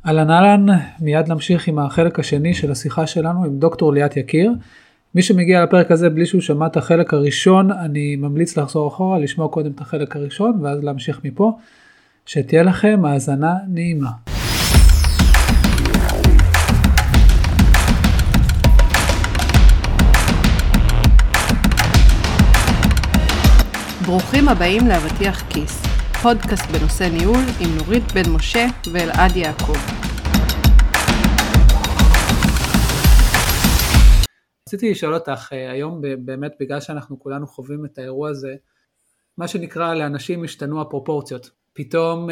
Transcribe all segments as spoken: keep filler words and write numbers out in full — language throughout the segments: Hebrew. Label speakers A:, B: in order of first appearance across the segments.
A: אהלן אהלן, מיד נמשיך עם החלק השני של השיחה שלנו עם דוקטור ליאת יקיר. מי שמגיע לפרק הזה בלי שהוא שמע את החלק הראשון, אני ממליץ לחזור אחורה, לשמוע קודם את החלק הראשון ואז להמשיך מפה. שתהיה לכם האזנה נעימה.
B: ברוכים הבאים לאבטיח כיס, פודקאסט בנושא ניהול עם נורית בן משה ואלעד יעקב.
A: רציתי לשאול אותך, היום באמת בגלל שאנחנו כולנו חווים את האירוע הזה, מה שנקרא לאנשים השתנו הפרופורציות. פתאום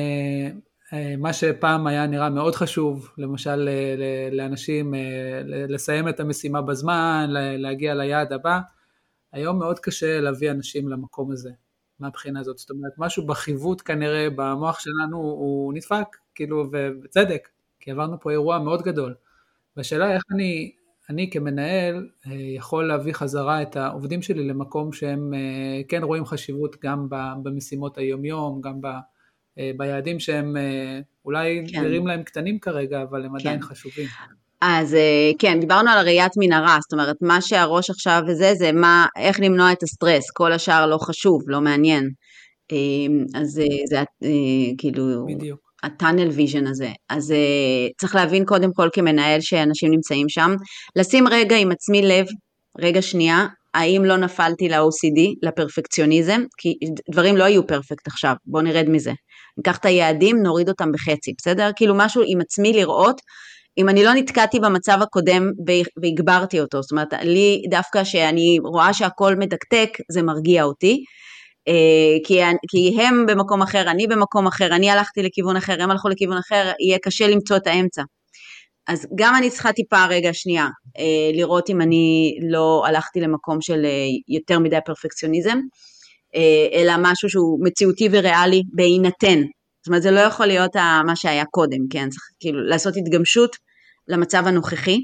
A: מה שפעם היה נראה מאוד חשוב, למשל לאנשים לסיים את המשימה בזמן, להגיע ליעד הבא, היום מאוד קשה להביא אנשים למקום הזה, מהבחינה הזאת. זאת אומרת, משהו בחיווט כנראה במוח שלנו הוא נדפק, כאילו, ובצדק, כי עברנו פה אירוע מאוד גדול. והשאלה איך אני, אני כמנהל יכול להביא חזרה את העובדים שלי למקום שהם כן רואים חשיבות גם במשימות היומיום, גם ב, ביעדים שהם אולי כן. נראים להם קטנים כרגע, אבל הם עדיין כן. חשובים.
C: אז כן, דיברנו על הראיית מנהרה, זאת אומרת, מה שהראש עכשיו וזה, זה מה, איך למנוע את הסטרס, כל השאר לא חשוב, לא מעניין. אז זה, זה כאילו,
A: בדיוק.
C: הטאנל ויז'ן הזה. אז צריך להבין קודם כל כמנהל שאנשים נמצאים שם, לשים רגע עם עצמי לב, רגע שנייה, האם לא נפלתי ל-או סי די, לפרפקציוניזם, כי דברים לא יהיו פרפקט עכשיו, בוא נרד מזה. ניקח את היעדים, נוריד אותם בחצי, בסדר? כאילו משהו עם עצמי לראות, אם אני לא נתקעתי במצב הקודם והגברתי אותו, זאת אומרת, לי דווקא שאני רואה שהכל מדקתק, זה מרגיע אותי, כי, כי הם במקום אחר, אני במקום אחר, אני הלכתי לכיוון אחר, הם הלכו לכיוון אחר, יהיה קשה למצוא את האמצע. אז גם אני צריכה טיפה רגע שנייה, לראות אם אני לא הלכתי למקום של יותר מדי פרפקציוניזם, אלא משהו שהוא מציאותי וריאלי בהינתן, זאת אומרת, זה לא יכול להיות מה שהיה קודם, כן? צריך כאילו לעשות התגמשות למצב הנוכחי,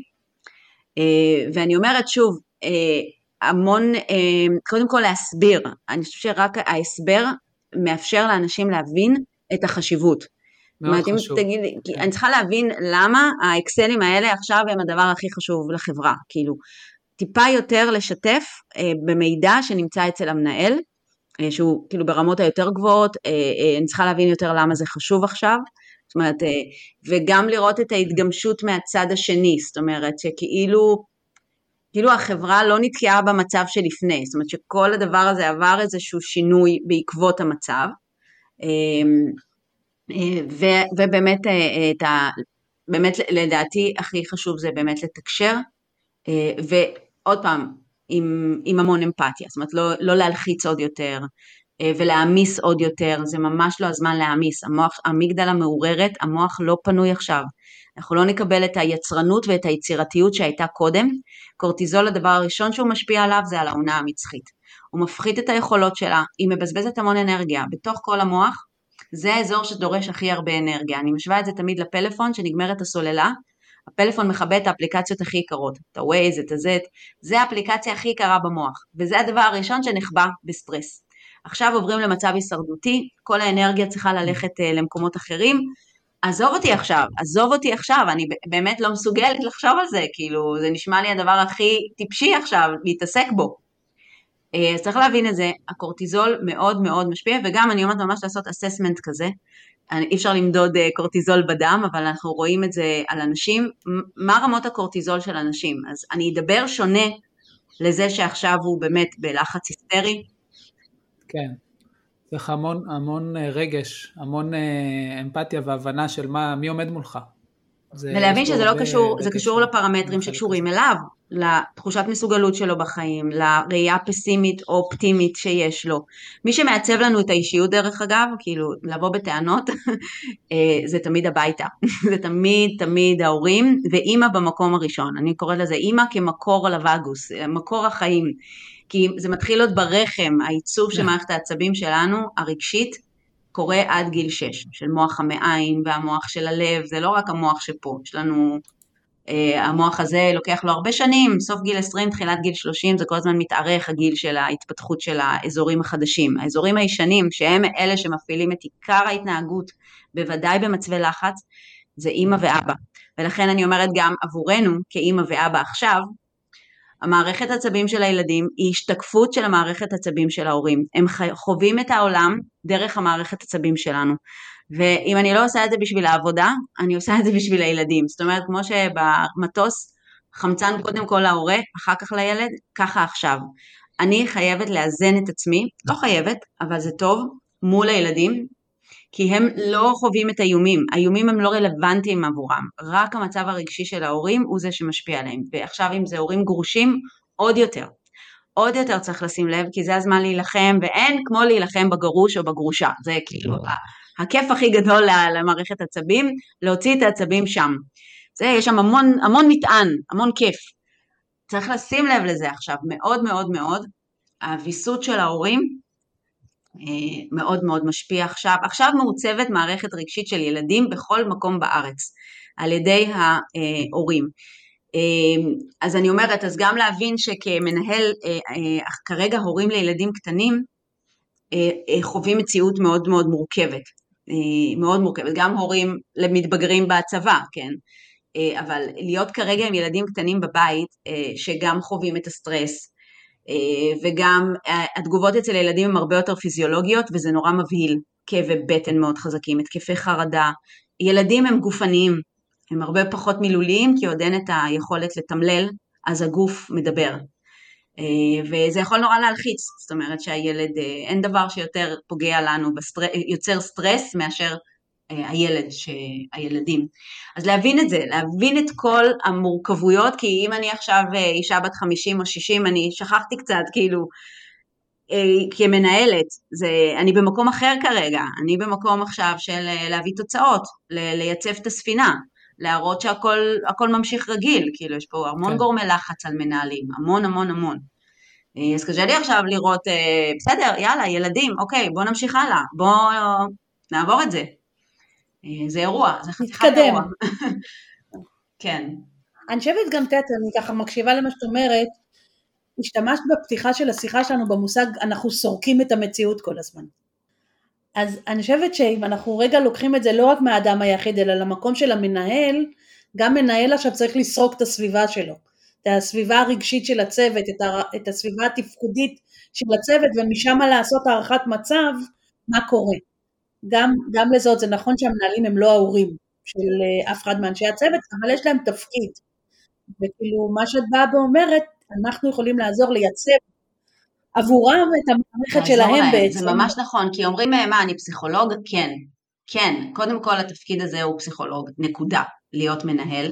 C: ואני אומרת שוב, המון, קודם כל להסביר, אני חושב שרק ההסבר מאפשר לאנשים להבין את החשיבות.
A: מאוד חשוב.
C: תגיד, כן. אני צריכה להבין למה האקסלים האלה עכשיו הם הדבר הכי חשוב לחברה, כאילו, טיפה יותר לשתף במידע שנמצא אצל המנהל, שהוא כאילו ברמות היותר גבוהות, אני צריכה להבין יותר למה זה חשוב עכשיו, זאת אומרת, וגם לראות את ההתגמשות מהצד השני, זאת אומרת שכאילו, כאילו החברה לא נתקעה במצב שלפני, זאת אומרת שכל הדבר הזה עבר איזשהו שינוי בעקבות המצב, ובאמת, את ה, באמת לדעתי הכי חשוב זה באמת לתקשר, ועוד פעם, עם, עם המון אמפתיה, זאת אומרת לא, לא להלחיץ עוד יותר ולהעמיס עוד יותר, זה ממש לא הזמן להעמיס, המוח, המגדלה מעוררת, המוח לא פנוי עכשיו, אנחנו לא נקבל את היצרנות ואת היצירתיות שהייתה קודם, קורטיזול הדבר הראשון שהוא משפיע עליו זה על העונה המצחית, הוא מפחית את היכולות שלה, היא מבזבזת המון אנרגיה, בתוך כל המוח, זה האזור שדורש הכי הרבה אנרגיה, אני משווה את זה תמיד לפלאפון שנגמרת הסוללה, הפלאפון מכבה את האפליקציות הכי יקרות, את הווייז, את הזט, זה האפליקציה הכי יקרה במוח, וזה הדבר הראשון שנחבא בסטרס. עכשיו עוברים למצב הישרדותי, כל האנרגיה צריכה ללכת למקומות אחרים, עזוב אותי עכשיו, עזוב אותי עכשיו, אני באמת לא מסוגלת לחשוב על זה, כאילו זה נשמע לי הדבר הכי טיפשי עכשיו, להתעסק בו. אז צריך להבין את זה, הקורטיזול מאוד מאוד משפיע, וגם אני אומרת ממש לעשות אססמנט כזה, אי אפשר למדוד קורטיזול בדם, אבל אנחנו רואים את זה על אנשים, מה רמות הקורטיזול של אנשים, אז אני אדבר שונה לזה שעכשיו הוא באמת בלחץ היסטרי.
A: כן, צריך המון, המון רגש, המון אמפתיה והבנה של מה, מי עומד מולך.
C: ולהבין שזה לא קשור, זה קשור לפרמטרים שקשורים אליו, לתחושת מסוגלות שלו בחיים, לראייה פסימית או אופטימית שיש לו. מי שמעצב לנו את האישיות דרך אגב, כאילו לבוא בטענות, זה תמיד הביתה, זה תמיד תמיד ההורים, ואימא במקום הראשון, אני קוראת לזה אימא כמקור לווגוס, מקור החיים, כי זה מתחיל עוד ברחם, העיצוב של מערכת העצבים שלנו, הרגשית, קורה עד גיל שש, של מוח המעיים והמוח של הלב, זה לא רק המוח שפה, יש לנו, אה, המוח הזה לוקח לו הרבה שנים, סוף גיל עשרים, תחילת גיל שלושים, זה כל הזמן מתארך הגיל של ההתפתחות של האזורים החדשים, האזורים הישנים, שהם אלה שמפעילים את עיקר ההתנהגות, בוודאי במצבי לחץ, זה אמא ואבא, ולכן אני אומרת גם עבורנו כאמא ואבא עכשיו, המערכת עצבים של הילדים היא השתקפות של המערכת עצבים של ההורים, הם חווים את העולם דרך המערכת עצבים שלנו, ואם אני לא עושה את זה בשביל העבודה, אני עושה את זה בשביל הילדים, זאת אומרת כמו שבמטוס חמצן קודם כל להורה, אחר כך לילד, ככה עכשיו, אני חייבת לאזן את עצמי, לא חייבת, אבל זה טוב, מול הילדים, כי הם לא חווים את האיומים, האיומים הם לא רלוונטיים עבורם, רק המצב הרגשי של ההורים הוא זה שמשפיע עליהם, ועכשיו אם זה הורים גרושים, עוד יותר, עוד יותר צריך לשים לב, כי זה הזמן להילחם, ואין כמו להילחם בגרוש או בגרושה, זה כאילו הכיף הכי גדול למערכת עצבים, להוציא את העצבים שם, זה יש שם המון, המון מטען, המון כיף, צריך לשים לב לזה עכשיו, מאוד מאוד מאוד, הוויסות של ההורים, מאוד מאוד משפיע עכשיו, עכשיו מעוצבת מערכת רגשית של ילדים בכל מקום בארץ, על ידי ההורים, אז אני אומרת, אז גם להבין שכמנהל, כרגע הורים לילדים קטנים, חווים מציאות מאוד מאוד מורכבת, מאוד מורכבת, גם הורים למתבגרים בצבא, כן, אבל להיות כרגע עם ילדים קטנים בבית, שגם חווים את הסטרס, וגם התגובות אצל הילדים הן הרבה יותר פיזיולוגיות, וזה נורא מבהיל, כאבי בטן מאוד חזקים, התקפי חרדה, ילדים הם גופניים, הם הרבה פחות מילוליים, כי עוד אין את היכולת לתמלל, אז הגוף מדבר, וזה יכול נורא להלחיץ, זאת אומרת שהילד, אין דבר שיותר פוגע לנו, יוצר סטרס מאשר הילד, הילדים. אז להבין את זה, להבין את כל המורכבויות, כי אם אני עכשיו אישה בת חמישים או שישים, אני שכחתי קצת, כאילו, כמנהלת, זה, אני במקום אחר כרגע, אני במקום עכשיו של להביא תוצאות, לייצב את הספינה, להראות שהכל הכל ממשיך רגיל, כאילו יש פה המון כן. גורמי לחץ על מנהלים, המון המון המון. אז קשה לי עכשיו לראות, בסדר, יאללה, ילדים, אוקיי, בוא נמשיך הלאה, בוא נעבור את זה. זה אירוע, זה חתיכת אירוע. כן.
D: אני חושבת גם תת, אני ככה מקשיבה למה שאת אומרת, השתמשת בפתיחה של השיחה שלנו במושג, אנחנו סורקים את המציאות כל הזמן. אז אני חושבת שאם אנחנו רגע לוקחים את זה לא רק מהאדם היחיד, אלא למקום של המנהל, גם מנהל עכשיו צריך לסרוק את הסביבה שלו, את הסביבה הרגשית של הצוות, את, ה, את הסביבה התפקודית של הצוות, ומשם לעשות הערכת מצב, מה קורה. גם, גם לזאת, זה נכון שהמנהלים הם לא ההורים של אף אחד מאנשי הצוות, אבל יש להם תפקיד. וכאילו מה שאת באה ואומרת, אנחנו יכולים לעזור לייצב עבורם את המערכת שלהם להם. בעצם.
C: זה ממש נכון, כי אומרים מה, אני פסיכולוג? כן, כן, קודם כל התפקיד הזה הוא פסיכולוג, נקודה, להיות מנהל,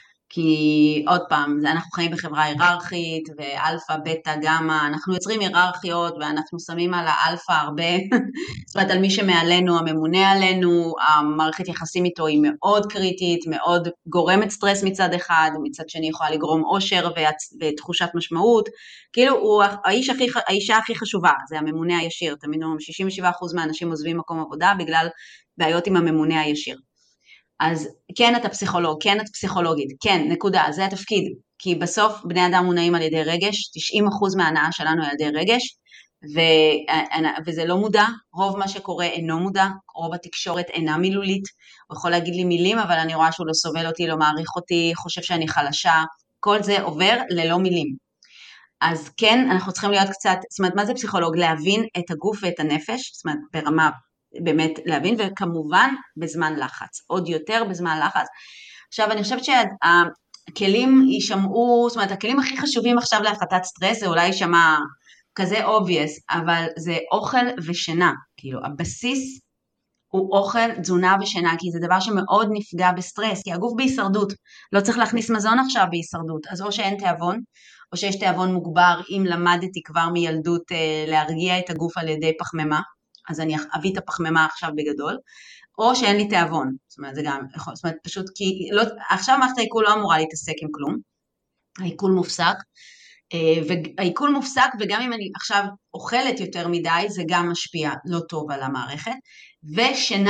C: כי עוד פעם, אנחנו חיים בחברה היררכית, ואלפא, בטא, גמא, אנחנו יוצרים היררכיות, ואנחנו שמים על האלפא הרבה, זאת אומרת, על מי שמעלינו, הממונה עלינו, המערכת יחסים איתו היא מאוד קריטית, מאוד גורמת סטרס מצד אחד, מצד שני יכולה לגרום אושר ותחושת משמעות, כאילו הוא האיש הכי, האישה הכי חשובה, זה הממונה הישיר, תמיד שישים ושבעה אחוז מהאנשים עוזבים מקום עבודה, בגלל בעיות עם הממונה הישיר. אז כן אתה פסיכולוג, כן את פסיכולוגית, כן, נקודה, זה התפקיד, כי בסוף בני אדם מונעים על ידי רגש, תשעים אחוז מההנאה שלנו על ידי רגש, ו, וזה לא מודע, רוב מה שקורה אינו מודע, רוב התקשורת אינה מילולית, הוא יכול להגיד לי מילים, אבל אני רואה שהוא לא סובל אותי, לא מעריך אותי, חושב שאני חלשה, כל זה עובר ללא מילים. אז כן, אנחנו צריכים להיות קצת, זאת אומרת, מה זה פסיכולוג? להבין את הגוף ואת הנפש, זאת אומרת, ברמה באמת להבין, וכמובן בזמן לחץ, עוד יותר בזמן לחץ. עכשיו אני חושבת שהכלים יישמעו, זאת אומרת הכלים הכי חשובים עכשיו להפחתת סטרס, זה אולי יישמע כזה obvious, אבל זה אוכל ושינה, כאילו הבסיס הוא אוכל, תזונה ושינה, כי זה דבר שמאוד נפגע בסטרס, כי הגוף בהישרדות, לא צריך להכניס מזון עכשיו בהישרדות, אז או שאין תיאבון, או שיש תיאבון מוגבר, אם למדתי כבר מילדות להרגיע את הגוף על ידי פחמימה, אז אני אביא את הפחמימה עכשיו בגדול, או שאין לי תיאבון, זאת אומרת, זה גם יכול, זאת אומרת, פשוט כי, לא, עכשיו מערכת העיכול לא אמורה להתעסק עם כלום, העיכול מופסק, והעיכול מופסק, וגם אם אני עכשיו אוכלת יותר מדי, זה גם משפיע לא טוב על המערכת, ושינה,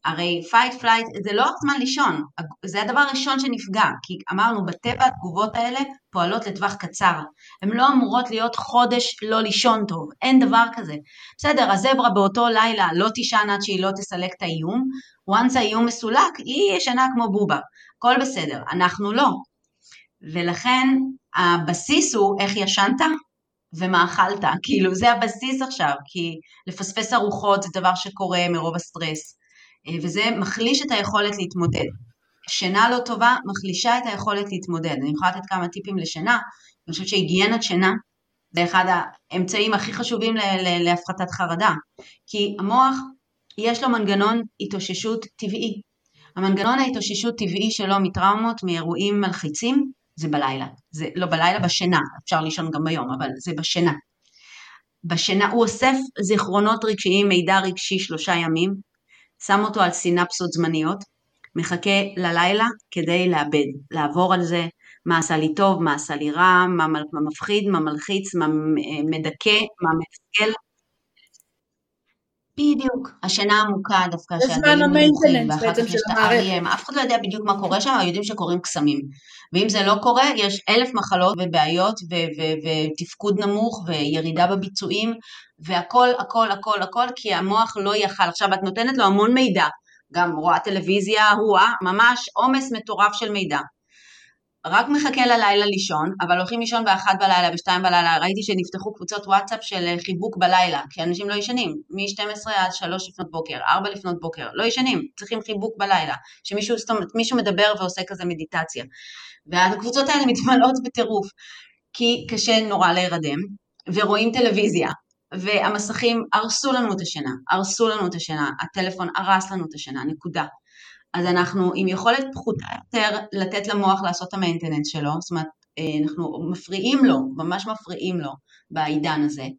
C: הרי fight flight זה לא זמן לישון, זה הדבר הראשון שנפגע, כי אמרנו בטבע התגובות האלה פועלות לטווח קצר, הן לא אמורות להיות חודש לא לישון טוב, אין דבר כזה. בסדר, הזברה באותו לילה לא תישן עד שהיא לא תסלק את האיום, once האיום מסולק, היא ישנה כמו בובה, הכל בסדר, אנחנו לא. ולכן הבסיס הוא איך ישנת ומה אכלת, כאילו זה הבסיס עכשיו, כי לפספס ארוחות זה דבר שקורה מרוב הסטרס, וזה מחליש את היכולת להתמודד. שינה לא טובה מחלישה את היכולת להתמודד. אני יכולה לתת כמה טיפים לשינה, אני חושבת שהיגיינת שינה זה אחד האמצעים הכי חשובים להפחתת חרדה, כי המוח יש לו מנגנון התאוששות טבעי. המנגנון ההתאוששות טבעי שלו מטראומות, מאירועים מלחיצים, זה בלילה. זה לא בלילה, בשינה. אפשר לישון גם ביום, אבל זה בשינה. בשינה הוא אוסף זיכרונות רגשיים, מידע רגשי שלושה ימים, שם אותו על סינפסות זמניות, מחכה ללילה כדי לאבד, לעבור על זה, מה עשה לי טוב, מה עשה לי רע, מה מפחיד, מה מלחיץ, מה מדכא, מה מתסכל. בדיוק, השינה עמוקה דווקא שהגלים נמוכים, ואחר כך יש את ה-אר אי אם, אף אחד לא יודע בדיוק מה קורה שם, אבל יודעים שקורים קסמים, ואם זה לא קורה, יש אלף מחלות ובעיות, ותפקוד נמוך, וירידה בביצועים, והכל, הכל, הכל, הכל, כי המוח לא יכל. עכשיו את נותנת לו המון מידע, גם רואה טלוויזיה, הוא ממש עומס מטורף של מידע, רק מחכה ללילה לישון, אבל הולכים לישון באחת בלילה, בשתיים בלילה, ראיתי שנפתחו קבוצות וואטסאפ של חיבוק בלילה, כי אנשים לא ישנים, מ-שתים עשרה עד שלוש לפנות בוקר, ארבע לפנות בוקר, לא ישנים, צריכים חיבוק בלילה, שמישהו מישהו מדבר ועושה כזה מדיטציה, והקבוצות האלה מתמלאות בטירוף, כי קשה נורא להירדם, ורואים טלוויזיה, והמסכים הרסו לנו את השינה, הרסו לנו את השינה, הטלפון הרס לנו את השינה, נקודה. אז אנחנו עם יכולת פחותה יותר לתת למוח לעשות את המיינטננס שלו, זאת אומרת, אנחנו מפריעים לו, ממש מפריעים לו בעידן הזה,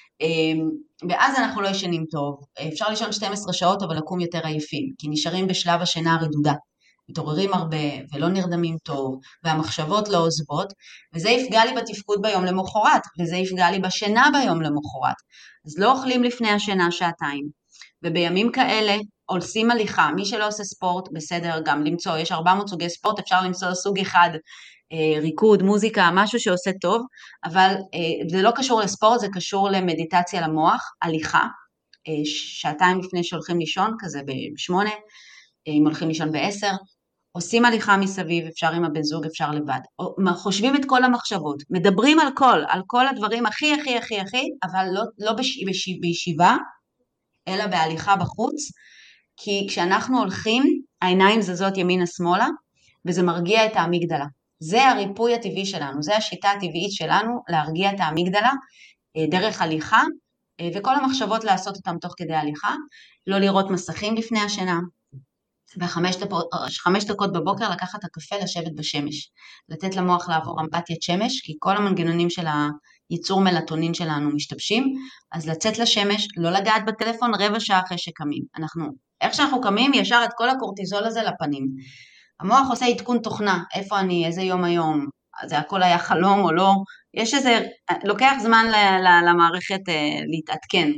C: ואז אנחנו לא ישנים טוב, אפשר לישון שתים עשרה שעות אבל לקום יותר עייפים, כי נשארים בשלב השינה הרדודה, מתעוררים הרבה ולא נרדמים טוב, והמחשבות לא עוזבות, וזה יפגע לי בתפקוד ביום למחרת, וזה יפגע לי בשינה ביום למחרת, אז לא אוכלים לפני השינה שעתיים, ובימים כאלה, עושים הליכה, מי שלא עושה ספורט, בסדר, גם למצוא, יש ארבע מאות סוגי ספורט, אפשר למצוא סוג אחד, אה, ריקוד, מוזיקה, משהו שעושה טוב, אבל אה, זה לא קשור לספורט, זה קשור למדיטציה למוח, הליכה, אה, שעתיים לפני שהולכים לישון, כזה בשמונה, אה, אם הולכים לישון בעשר, עושים הליכה מסביב, אפשר עם הבן זוג, אפשר לבד, או, חושבים את כל המחשבות, מדברים על כל, על כל הדברים הכי הכי הכי הכי, אבל לא, לא בש, בש, בישיבה, אלא בהליכה בחוץ, כי כשאנחנו הולכים, העיניים זזות ימינה שמאלה, וזה מרגיע את האמיגדלה. זה הריפוי הטבעי שלנו, זה השיטה הטבעית שלנו, להרגיע את האמיגדלה, דרך הליכה, וכל המחשבות לעשות אותם תוך כדי הליכה, לא לראות מסכים לפני השינה, וחמש דקות, חמש דקות בבוקר לקחת את הקפה לשבת בשמש, לתת למוח לעבור אמבטיית שמש, כי כל המנגנונים של הייצור מלטונין שלנו משתבשים, אז לצאת לשמש, לא לגעת בטלפון רבע שעה אחרי שקמים. אנחנו, איך שאנחנו קמים, ישר את כל הקורטיזול הזה לפנים. המוח עושה עדכון תוכנה, איפה אני, איזה יום היום, זה הכל היה חלום או לא, יש איזה, לוקח זמן למערכת להתעדכן.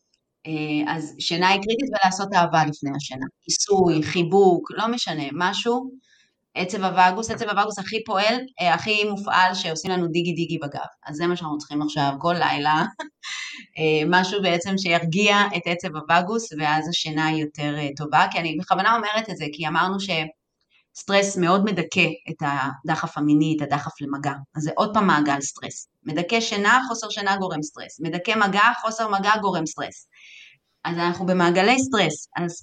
C: אז שינה היא קריטית ולעשות אהבה לפני השינה, כיסוי, חיבוק, לא משנה, משהו, עצב הווגוס, עצב הווגוס הכי פועל, הכי מופעל שעושים לנו דיגי דיגי בגב, אז זה מה שאנחנו צריכים עכשיו כל לילה, משהו בעצם שירגיע את עצב הווגוס, ואז השינה היא יותר טובה, כי אני בכוונה אומרת את זה, כי אמרנו שסטרס מאוד מדכא את הדחף המיני, את הדחף למגע, אז זה עוד פעם מעגל סטרס, מדכא שינה, חוסר שינה גורם סטרס, מדכא מגע, חוסר מגע גורם סטרס, אז אנחנו במעגלי סטרס, אז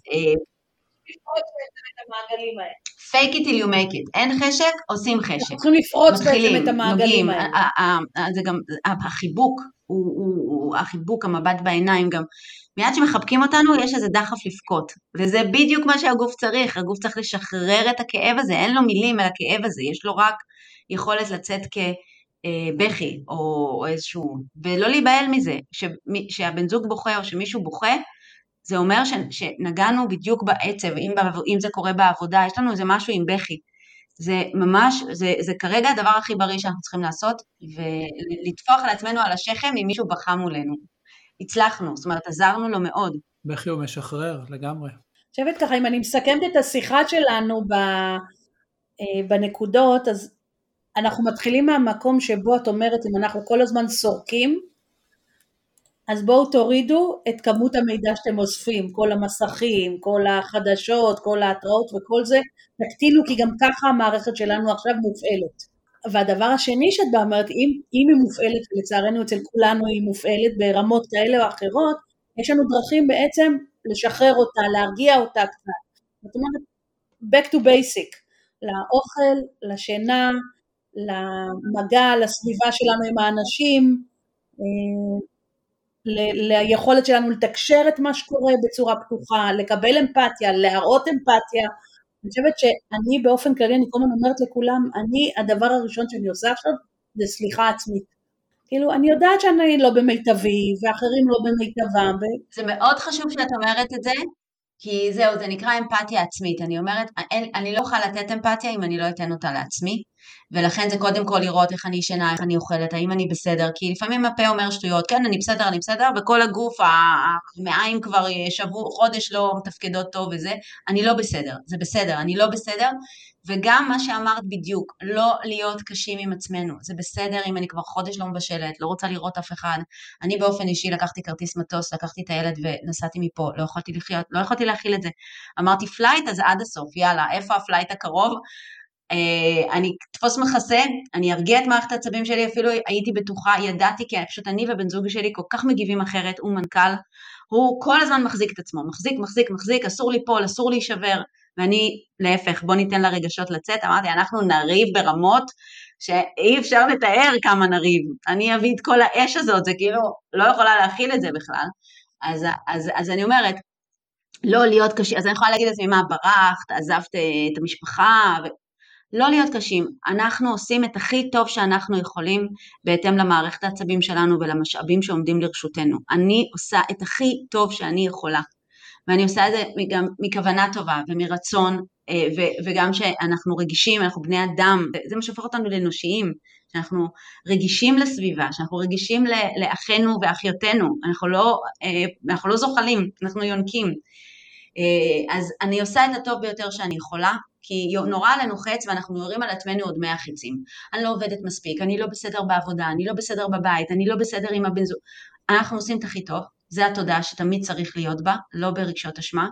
C: fake it till you make it, אין חשק, עושים חשק,
D: אנחנו צריכים לפרוץ בעצם את המעגלים האלה,
C: זה גם החיבוק, החיבוק, המבט בעיניים, גם מיד שמחבקים אותנו יש איזה דחף לפקות, וזה בדיוק מה שהגוף צריך, הגוף צריך לשחרר את הכאב הזה, אין לו מילים על הכאב הזה, יש לו רק יכולת לצאת כבכי, או איזשהו, ולא להיבהל מזה, שהבן זוג בוכה או שמישהו בוכה, זה אומר שנגענו בדיוק בעצב, אם, אם זה קורה בעבודה, יש לנו איזה משהו עם בכי, זה ממש, זה, זה כרגע הדבר הכי בריא שאנחנו צריכים לעשות, ולטפוח על עצמנו על השכם אם מישהו בכה מולנו, הצלחנו, זאת אומרת, עזרנו לו מאוד.
A: בכי הוא משחרר לגמרי.
D: חושבת ככה, אם אני מסכמת את השיחה שלנו בנקודות, אז אנחנו מתחילים מהמקום שבו את אומרת, אם אנחנו כל הזמן סורקים, אז בואו תורידו את כמות המידע שאתם אוספים, כל המסכים, כל החדשות, כל ההתראות וכל זה, תקטינו, כי גם ככה המערכת שלנו עכשיו מופעלת. והדבר השני שאת באה אומרת, אם, אם היא מופעלת, ולצערנו אצל כולנו היא מופעלת ברמות כאלה או אחרות, יש לנו דרכים בעצם לשחרר אותה, להרגיע אותה קצת. זאת אומרת, back to basic, לאוכל, לשינה, למגע, לסביבה שלנו עם האנשים, ליכולת שלנו לתקשר את מה שקורה בצורה פתוחה, לקבל אמפתיה, להראות אמפתיה. אני חושבת שאני באופן כללי, אני כל הזמן אומרת לכולם, אני, הדבר הראשון שאני עושה עכשיו, זה סליחה עצמית. כאילו, אני יודעת שאני לא במיטבי, ואחרים לא במיטבם.
C: זה מאוד חשוב שאת אומרת את זה, כי זהו, זה נקרא אמפתיה עצמית. אני אומרת, אני, אני לא יכולה לתת אמפתיה אם אני לא אתן אותה לעצמי, ולכן זה קודם כל לראות איך אני ישנה, איך אני אוכלת, האם אני בסדר, כי לפעמים הפה אומר שטויות, כן, אני בסדר, אני בסדר, וכל הגוף, המעיים כבר שבוע, חודש לא מתפקדות טוב וזה, אני לא בסדר, זה בסדר, אני לא בסדר, וגם מה שאמרת בדיוק, לא להיות קשים עם עצמנו, זה בסדר אם אני כבר חודש לא מבשלת, לא רוצה לראות אף אחד, אני באופן אישי לקחתי כרטיס מטוס, לקחתי את הילד ונסעתי מפה, לא יכולתי לחיות, לא יכולתי להכיל את זה, אמרתי פלייט, אז עד הסוף, יאללה, איפה הפלייט הקרוב? אני תפוס מחסה, אני ארגיע את מערכת העצבים שלי, אפילו הייתי בטוחה, ידעתי, כי פשוט אני ובן זוג שלי כל כך מגיבים אחרת, הוא מנכ"ל, הוא כל הזמן מחזיק את עצמו, מחזיק, מחזיק, מחזיק, אסור ליפול, אסור להישבר, ואני להפך, בוא ניתן לרגשות לצאת, אמרתי, אנחנו נריב ברמות, שאי אפשר לתאר כמה נריב, אני אביא את כל האש הזאת, זה כאילו, לא יכולה להכיל את זה בכלל, אז, אז, אז אני אומרת, לא להיות קשים, אז אני יכולה להגיד לעצמי, מה, ברחת, עזבת את המשפחה, ו... לא להיות קשים, אנחנו עושים את הכי טוב שאנחנו יכולים בהתאם למערכת העצבים שלנו ולמשאבים שעומדים לרשותנו. אני עושה את הכי טוב שאני יכולה, ואני עושה את זה גם מכוונה טובה ומרצון, וגם שאנחנו רגישים, אנחנו בני אדם, זה מה שהופך אותנו לאנושיים, שאנחנו רגישים לסביבה, שאנחנו רגישים לאחינו ואחיותינו, אנחנו לא, אנחנו לא זוחלים, אנחנו יונקים. אז אני עושה את הטוב ביותר שאני יכולה, כי נורא עלינו חץ ואנחנו יורים על עצמנו עוד מאה חצים. אני לא עובדת מספיק, אני לא בסדר בעבודה, אני לא בסדר בבית, אני לא בסדר עם הבן זוג. אנחנו עושים את הכי טוב, זה התודעה שתמיד צריך להיות בה, לא ברגשות אשמה,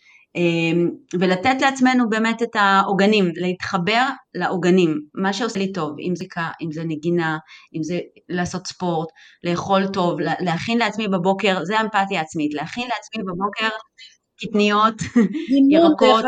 C: ולתת לעצמנו באמת את העוגנים, להתחבר לעוגנים, מה שעושה לי טוב, אם זה, אם זה נגינה, אם זה לעשות ספורט, לאכול טוב, להכין לעצמי בבוקר, זה אמפתיה עצמית, להכין לעצמי בבוקר קטניות, ירקות,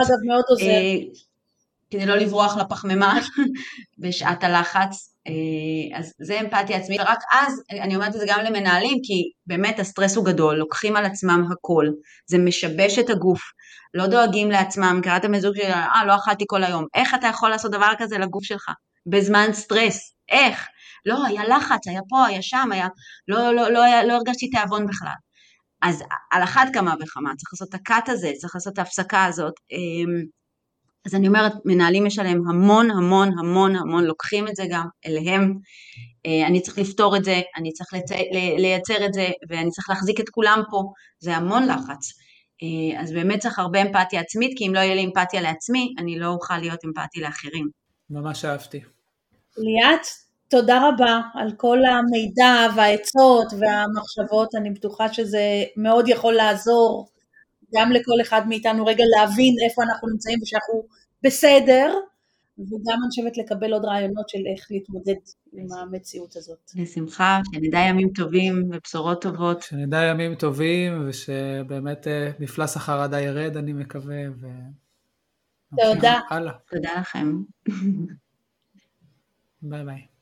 C: כדי לא לברוח לפחמימה בשעת הלחץ, אז זה אמפתיה עצמית, ורק אז אני אומרת את זה גם למנהלים, כי באמת הסטרס הוא גדול, לוקחים על עצמם הכל, זה משבש את הגוף, לא דואגים לעצמם, קראת המזוג שלי, אה לא אכלתי כל היום, איך אתה יכול לעשות דבר כזה לגוף שלך, בזמן סטרס, איך? לא, היה לחץ, היה פה, היה שם, היה, לא, לא, לא, לא, לא הרגשתי תאבון בכלל, אז על אחת כמה וכמה, צריך לעשות את הקאט הזה, צריך לעשות את ההפסקה הזאת, אז אני אומרת, מנהלים יש עליהם המון המון המון המון, לוקחים את זה גם אליהם, אני צריך לפתור את זה, אני צריך לייצר את זה, ואני צריך להחזיק את כולם פה, זה המון לחץ, אז באמת צריך הרבה אמפתיה עצמית, כי אם לא יהיה לי אמפתיה לעצמי, אני לא אוכל להיות אמפתי לאחרים.
A: ממש אהבתי.
D: ליאת, תודה רבה על כל המידע והעצות והמחשבות, אני בטוחה שזה מאוד יכול לעזור, גם לכל אחד מאיתנו רגע להבין איפה אנחנו נמצאים ושאנחנו בסדר, וגם אני חושבת לקבל עוד רעיונות של איך להתמודד עם המציאות הזאת.
C: בשמחה, שנדע ימים טובים ובשורות טובות.
A: שנדע ימים טובים ושבאמת מפלס החרדה ירד, אני מקווה. ו...
D: תודה.
C: תודה לכם.
A: ביי ביי.